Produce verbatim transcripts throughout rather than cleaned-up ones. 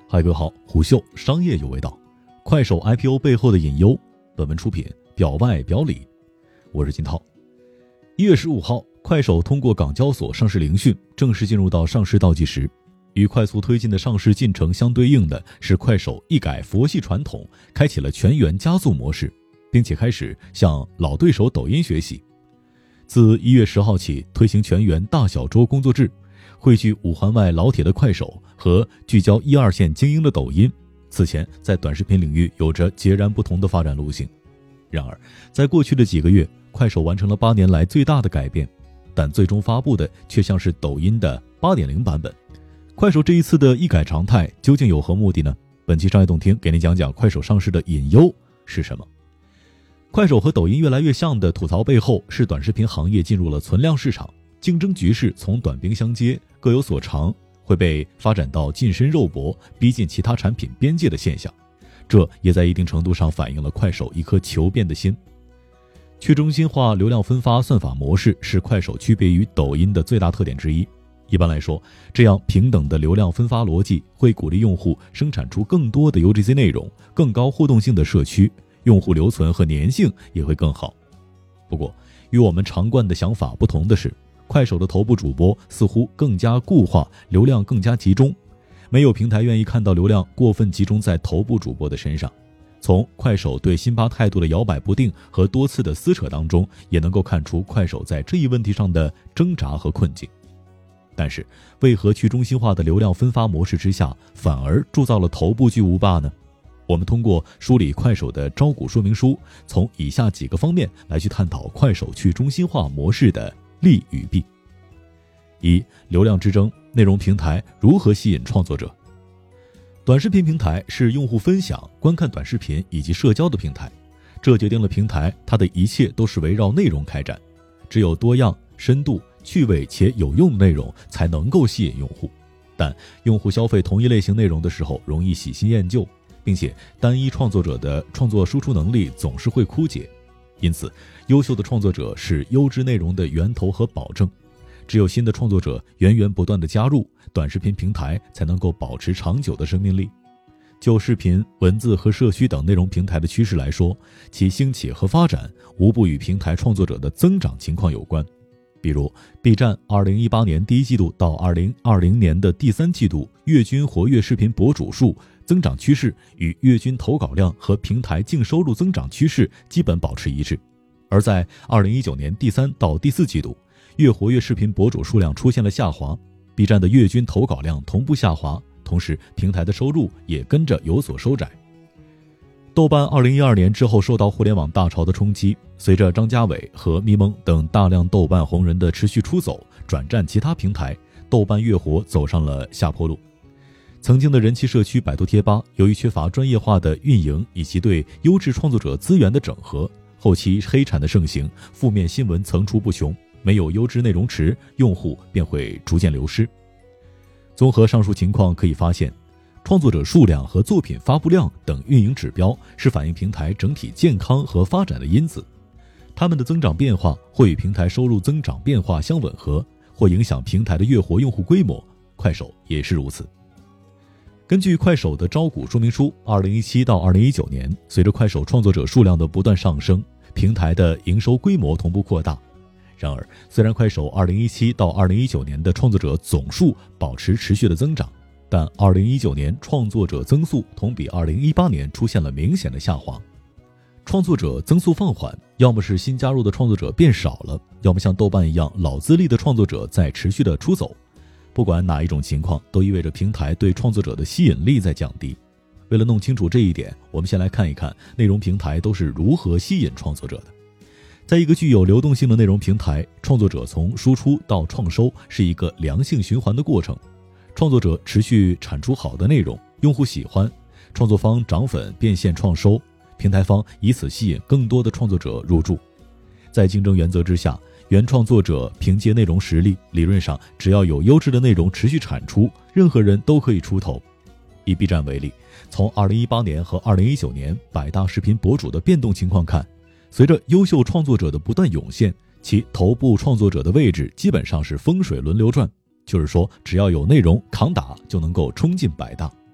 嗨，各位好，虎嗅商业有味道，快手 I P O 背后的隐忧。本文出品表外表里，我是金涛。一月十五号，快手通过港交所上市聆讯，正式进入到上市倒计时。与快速推进的上市进程相对应的是，快手一改佛系传统，开启了全员加速模式，并且开始向老对手抖音学习。自一月十号起推行全员大小周工作制，汇聚五环外老铁的快手和聚焦一二线精英的抖音，此前在短视频领域有着截然不同的发展路径。然而在过去的几个月，快手完成了八年来最大的改变，但最终发布的却像是抖音的 八点零 版本。快手这一次的一改常态究竟有何目的呢？本期商业动听给您讲讲快手上市的隐忧是什么。快手和抖音越来越像的吐槽背后，是短视频行业进入了存量市场，竞争局势从短兵相接，各有所长，会被发展到近身肉搏，逼近其他产品边界的现象。这也在一定程度上反映了快手一颗求变的心。去中心化流量分发算法模式是快手区别于抖音的最大特点之一。一般来说，这样平等的流量分发逻辑会鼓励用户生产出更多的 U G C 内容，更高互动性的社区，用户留存和粘性也会更好。不过，与我们常惯的想法不同的是，快手的头部主播似乎更加固化，流量更加集中。没有平台愿意看到流量过分集中在头部主播的身上。从快手对辛巴态度的摇摆不定和多次的撕扯当中，也能够看出快手在这一问题上的挣扎和困境。但是，为何去中心化的流量分发模式之下，反而铸造了头部巨无霸呢？我们通过梳理快手的招股说明书，从以下几个方面来去探讨快手去中心化模式的利与弊。一、流量之争，内容平台如何吸引创作者？短视频平台是用户分享、观看短视频以及社交的平台，这决定了平台它的一切都是围绕内容开展。只有多样、深度、趣味且有用的内容才能够吸引用户。但用户消费同一类型内容的时候容易喜新厌旧，并且单一创作者的创作输出能力总是会枯竭。因此，优秀的创作者是优质内容的源头和保证。只有新的创作者源源不断的加入，短视频平台才能够保持长久的生命力。就视频、文字和社区等内容平台的趋势来说，其兴起和发展无不与平台创作者的增长情况有关。比如 B 站二零一八年第一季度到二零二零年的第三季度月均活跃视频博主数增长趋势与月均投稿量和平台净收入增长趋势基本保持一致。而在二零一九年第三到第四季度，月活跃视频博主数量出现了下滑， B 站的月均投稿量同步下滑，同时平台的收入也跟着有所收窄。豆瓣二零一二年之后受到互联网大潮的冲击，随着张家伟和咪蒙等大量豆瓣红人的持续出走，转战其他平台，豆瓣月活走上了下坡路。曾经的人气社区百度贴吧，由于缺乏专业化的运营以及对优质创作者资源的整合，后期黑产的盛行，负面新闻层出不穷，没有优质内容池，用户便会逐渐流失。综合上述情况可以发现，创作者数量和作品发布量等运营指标是反映平台整体健康和发展的因子，它们的增长变化会与平台收入增长变化相吻合，或影响平台的月活用户规模。快手也是如此。根据快手的招股说明书，二零一七到二零一九年，随着快手创作者数量的不断上升，平台的营收规模同步扩大。然而，虽然快手二零一七到二零一九年的创作者总数保持持续的增长，但二零一九年创作者增速同比二零一八年出现了明显的下滑。创作者增速放缓，要么是新加入的创作者变少了，要么像豆瓣一样老资历的创作者在持续的出走。不管哪一种情况，都意味着平台对创作者的吸引力在降低。为了弄清楚这一点，我们先来看一看内容平台都是如何吸引创作者的。在一个具有流动性的内容平台，创作者从输出到创收是一个良性循环的过程。创作者持续产出好的内容，用户喜欢，创作方涨粉变现创收，平台方以此吸引更多的创作者入驻。在竞争原则之下，原创作者凭借内容实力，理论上只要有优质的内容持续产出，任何人都可以出头。以 B 站为例，从二零一八年和二零一九年百大视频博主的变动情况看，随着优秀创作者的不断涌现，其头部创作者的位置基本上是风水轮流转，就是说只要有内容扛打就能够冲进百大。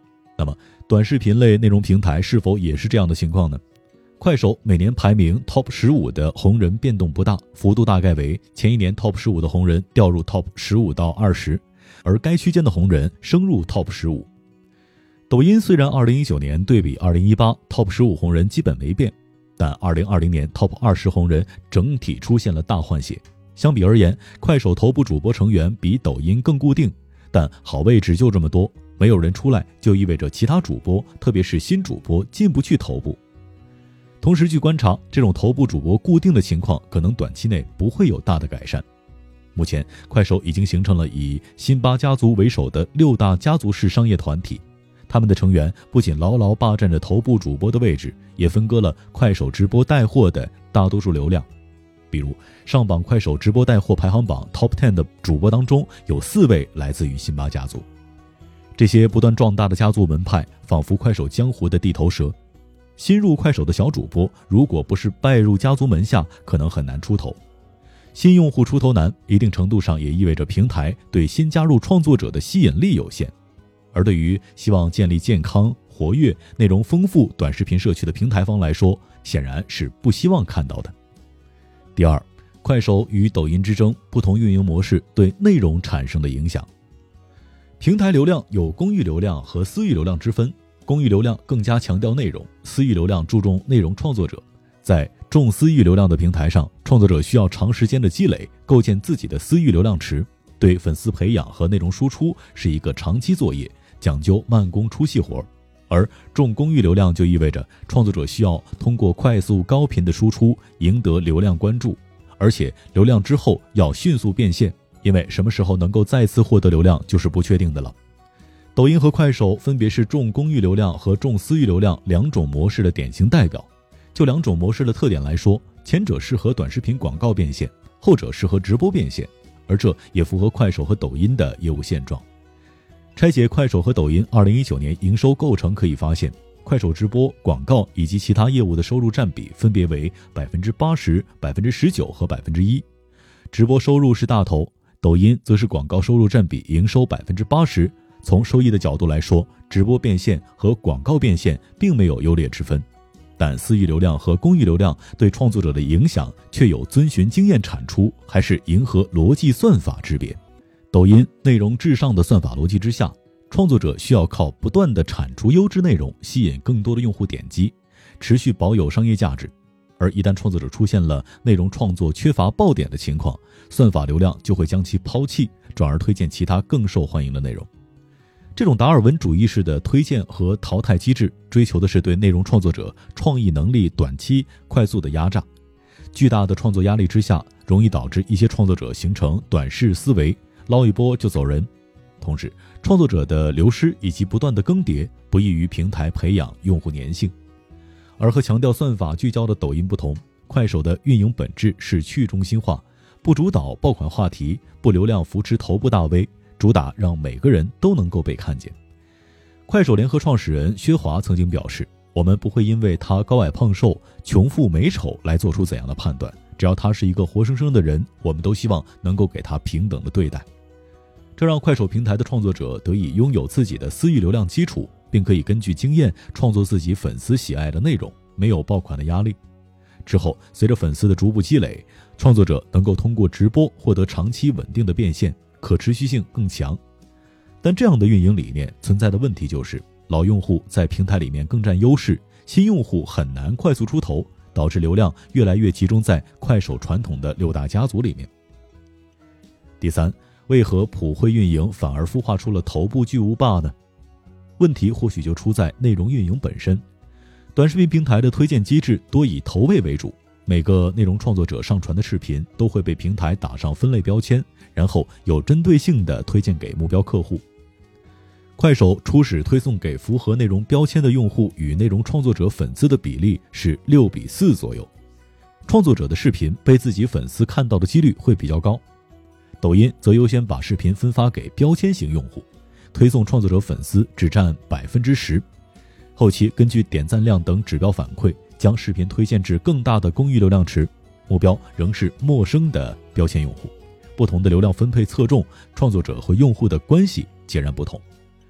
那么短视频类内容平台是否也是这样的情况呢？快手每年排名 top 十五 的红人变动不大，幅度大概为前一年 top 十五 的红人掉入 top 十五到二十，而该区间的红人升入 top 十五。抖音虽然二零一九年对比二零一八 top 十五 红人基本没变，但二零二零年 top 二十 红人整体出现了大换血。相比而言，快手头部主播成员比抖音更固定，但好位置就这么多，没有人出来就意味着其他主播，特别是新主播进不去头部。同时据观察，这种头部主播固定的情况可能短期内不会有大的改善。目前快手已经形成了以辛巴家族为首的六大家族式商业团体，他们的成员不仅牢牢霸占着头部主播的位置，也分割了快手直播带货的大多数流量。比如上榜快手直播带货排行榜 top ten 的主播当中，有四位来自于辛巴家族。这些不断壮大的家族门派仿佛快手江湖的地头蛇，新入快手的小主播如果不是拜入家族门下，可能很难出头。新用户出头难，一定程度上也意味着平台对新加入创作者的吸引力有限，而对于希望建立健康、活跃、内容丰富短视频社区的平台方来说，显然是不希望看到的。第二，快手与抖音之争，不同运营模式对内容产生的影响。平台流量有公域流量和私域流量之分，公域流量更加强调内容，私域流量注重内容创作者。在重私域流量的平台上，创作者需要长时间的积累，构建自己的私域流量池，对粉丝培养和内容输出是一个长期作业，讲究慢工出细活。而重公域流量就意味着创作者需要通过快速高频的输出赢得流量关注，而且流量之后要迅速变现，因为什么时候能够再次获得流量就是不确定的了。抖音和快手分别是重公域流量和重私域流量两种模式的典型代表。就两种模式的特点来说，前者适合短视频广告变现，后者适合直播变现，而这也符合快手和抖音的业务现状。拆解快手和抖音二零一九年营收构成可以发现，快手直播、广告以及其他业务的收入占比分别为 百分之八十、百分之十九 和 百分之一。直播收入是大头，抖音则是广告收入占比营收 百分之八十。从收益的角度来说，直播变现和广告变现并没有优劣之分，但私域流量和公域流量对创作者的影响却有遵循经验产出还是迎合逻辑算法之别。抖音内容至上的算法逻辑之下，创作者需要靠不断的产出优质内容，吸引更多的用户点击，持续保有商业价值。而一旦创作者出现了内容创作缺乏爆点的情况，算法流量就会将其抛弃，转而推荐其他更受欢迎的内容。这种达尔文主义式的推荐和淘汰机制，追求的是对内容创作者创意能力短期快速的压榨。巨大的创作压力之下，容易导致一些创作者形成短视思维，捞一波就走人。同时，创作者的流失以及不断的更迭，不利于平台培养用户粘性。而和强调算法聚焦的抖音不同，快手的运营本质是去中心化，不主导爆款话题，不流量扶持头部大 V，主打让每个人都能够被看见。快手联合创始人薛华曾经表示，我们不会因为他高矮胖瘦、穷富美丑来做出怎样的判断，只要他是一个活生生的人，我们都希望能够给他平等的对待。这让快手平台的创作者得以拥有自己的私域流量基础，并可以根据经验创作自己粉丝喜爱的内容，没有爆款的压力。之后随着粉丝的逐步积累，创作者能够通过直播获得长期稳定的变现，可持续性更强。但这样的运营理念存在的问题就是，老用户在平台里面更占优势，新用户很难快速出头，导致流量越来越集中在快手传统的六大家族里面。第三，为何普惠运营反而孵化出了头部巨无霸呢？问题或许就出在内容运营本身。短视频平台的推荐机制多以投喂为主，每个内容创作者上传的视频都会被平台打上分类标签，然后有针对性地推荐给目标客户。快手初始推送给符合内容标签的用户与内容创作者粉丝的比例是六比四左右，创作者的视频被自己粉丝看到的几率会比较高。抖音则优先把视频分发给标签型用户，推送创作者粉丝只占 百分之十， 后期根据点赞量等指标反馈，将视频推荐至更大的公域流量池，目标仍是陌生的标签用户。不同的流量分配侧重，创作者和用户的关系截然不同。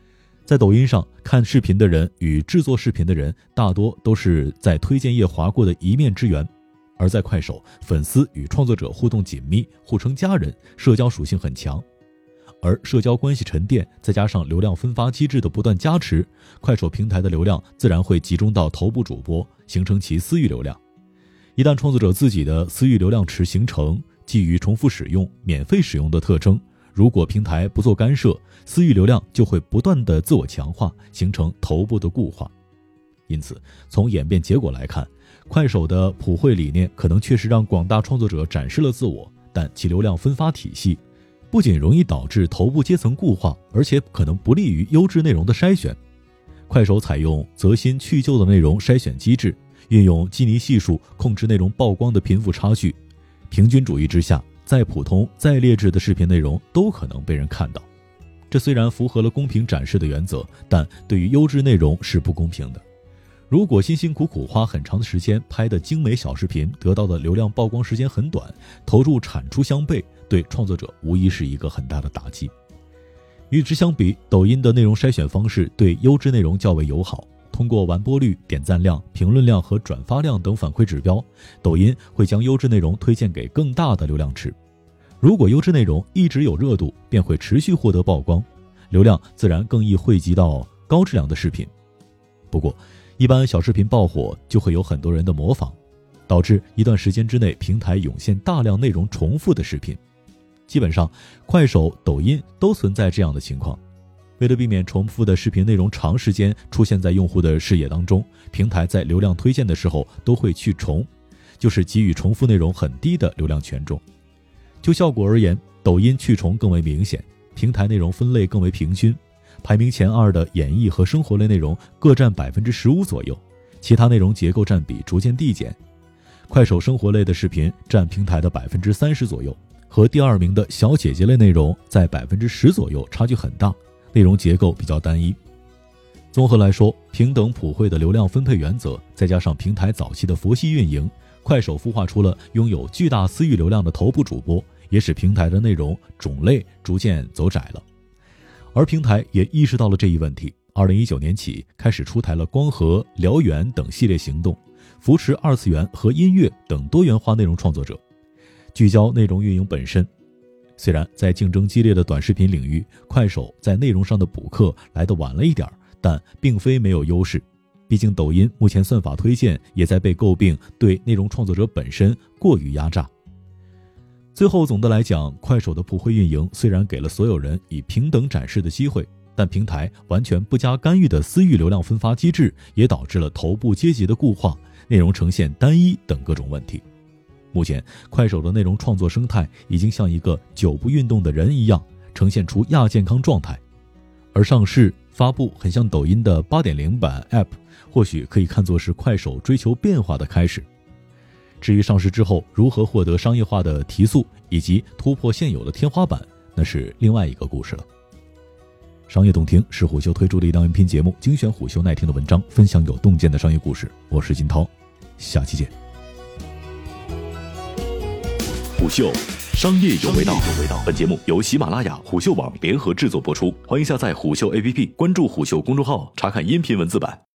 在抖音上看视频的人与制作视频的人大多都是在推荐页划过的一面之缘，而在快手，粉丝与创作者互动紧密，互称家人，社交属性很强。而社交关系沉淀，再加上流量分发机制的不断加持，快手平台的流量自然会集中到头部主播，形成其私域流量。一旦创作者自己的私域流量池形成，基于重复使用、免费使用的特征，如果平台不做干涉，私域流量就会不断的自我强化，形成头部的固化。因此，从演变结果来看，快手的普惠理念可能确实让广大创作者展示了自我，但其流量分发体系不仅容易导致头部阶层固化，而且可能不利于优质内容的筛选。快手采用择新去旧的内容筛选机制，运用基尼系数控制内容曝光的贫富差距，平均主义之下，再普通再劣质的视频内容都可能被人看到。这虽然符合了公平展示的原则，但对于优质内容是不公平的。如果辛辛苦苦花很长的时间拍的精美小视频得到的流量曝光时间很短，投入产出相悖，对创作者无疑是一个很大的打击。与之相比，抖音的内容筛选方式对优质内容较为友好，通过完播率、点赞量、评论量和转发量等反馈指标，抖音会将优质内容推荐给更大的流量池。如果优质内容一直有热度，便会持续获得曝光，流量自然更易汇集到高质量的视频。不过，一般小视频爆火就会有很多人的模仿，导致一段时间之内平台涌现大量内容重复的视频。基本上，快手、抖音都存在这样的情况。为了避免重复的视频内容长时间出现在用户的视野当中，平台在流量推荐的时候都会去重，就是给予重复内容很低的流量权重。就效果而言，抖音去重更为明显，平台内容分类更为平均，排名前二的演艺和生活类内容各占 百分之十五 左右，其他内容结构占比逐渐递减。快手生活类的视频占平台的 百分之三十 左右，和第二名的小姐姐类内容在 百分之十 左右，差距很大，内容结构比较单一。综合来说，平等普惠的流量分配原则，再加上平台早期的佛系运营，快手孵化出了拥有巨大私域流量的头部主播，也使平台的内容种类逐渐走窄了。而平台也意识到了这一问题，二零一九年起开始出台了光合、燎原等系列行动，扶持二次元和音乐等多元化内容创作者，聚焦内容运营本身。虽然在竞争激烈的短视频领域，快手在内容上的补课来得晚了一点，但并非没有优势。毕竟抖音目前算法推荐也在被诟病对内容创作者本身过于压榨。最后总的来讲，快手的普惠运营虽然给了所有人以平等展示的机会，但平台完全不加干预的私域流量分发机制也导致了头部阶级的固化，内容呈现单一等各种问题。目前快手的内容创作生态已经像一个久不运动的人一样，呈现出亚健康状态。而上市发布很像抖音的 八点零 版 App， 或许可以看作是快手追求变化的开始。至于上市之后如何获得商业化的提速，以及突破现有的天花板，那是另外一个故事了。商业洞听是虎嗅推出的一档音频节目，精选虎嗅耐听的文章，分享有洞见的商业故事。我是金涛，下期见。 虎嗅，商业有味道。本节目由喜马拉雅、虎嗅网联合制作播出，欢迎下载虎嗅 A P P， 关注虎嗅公众号，查看音频文字版。